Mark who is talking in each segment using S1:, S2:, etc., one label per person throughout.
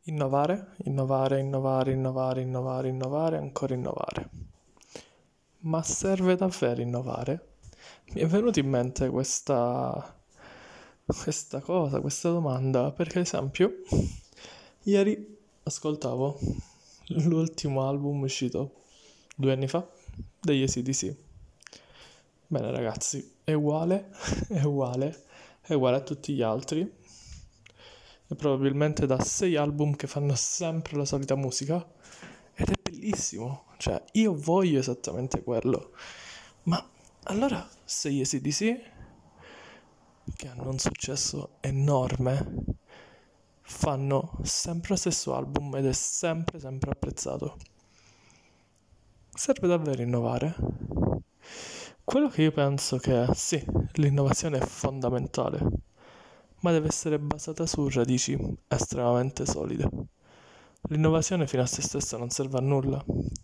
S1: Innovare, innovare, innovare, innovare, innovare, innovare, ancora innovare. Ma serve davvero innovare? Mi è venuta in mente questa cosa, questa domanda, perché ad esempio, ieri ascoltavo l'ultimo album uscito 2 anni fa degli AC/DC. Bene ragazzi, è uguale, è uguale, è uguale a tutti gli altri. E probabilmente da 6 album che fanno sempre la solita musica ed è bellissimo, cioè io voglio esattamente quello. Ma allora se gli AC/DC, che hanno un successo enorme, fanno sempre lo stesso album ed è sempre sempre apprezzato, serve davvero innovare? Quello che io penso che sì, l'innovazione è fondamentale, ma deve essere basata su radici estremamente solide. L'innovazione fino a se stessa non serve a nulla.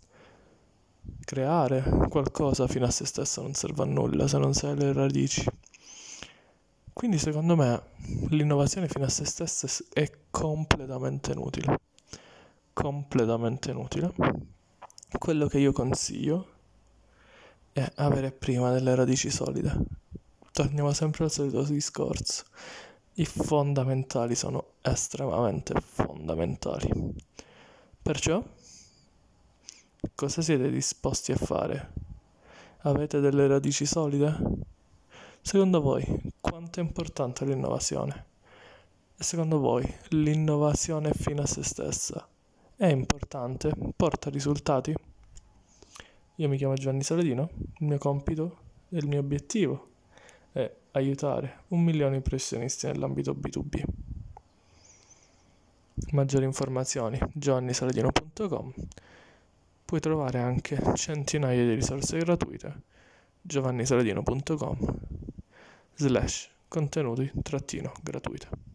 S1: Creare qualcosa fino a se stessa non serve a nulla se non sai le radici. Quindi secondo me l'innovazione fino a se stessa è completamente inutile. Completamente inutile. Quello che io consiglio è avere prima delle radici solide. Torniamo sempre al solito discorso. I fondamentali sono estremamente fondamentali. Perciò, cosa siete disposti a fare? Avete delle radici solide? Secondo voi, quanto è importante l'innovazione? E secondo voi, l'innovazione fino a se stessa è importante? Porta risultati? Io mi chiamo Giovanni Saladino, il mio compito e il mio obiettivo è aiutare 1 milione di professionisti nell'ambito B2B. Maggiori informazioni giovannisaladino.com. Puoi trovare anche centinaia di risorse gratuite giovannisaladino.com/contenuti-gratuite.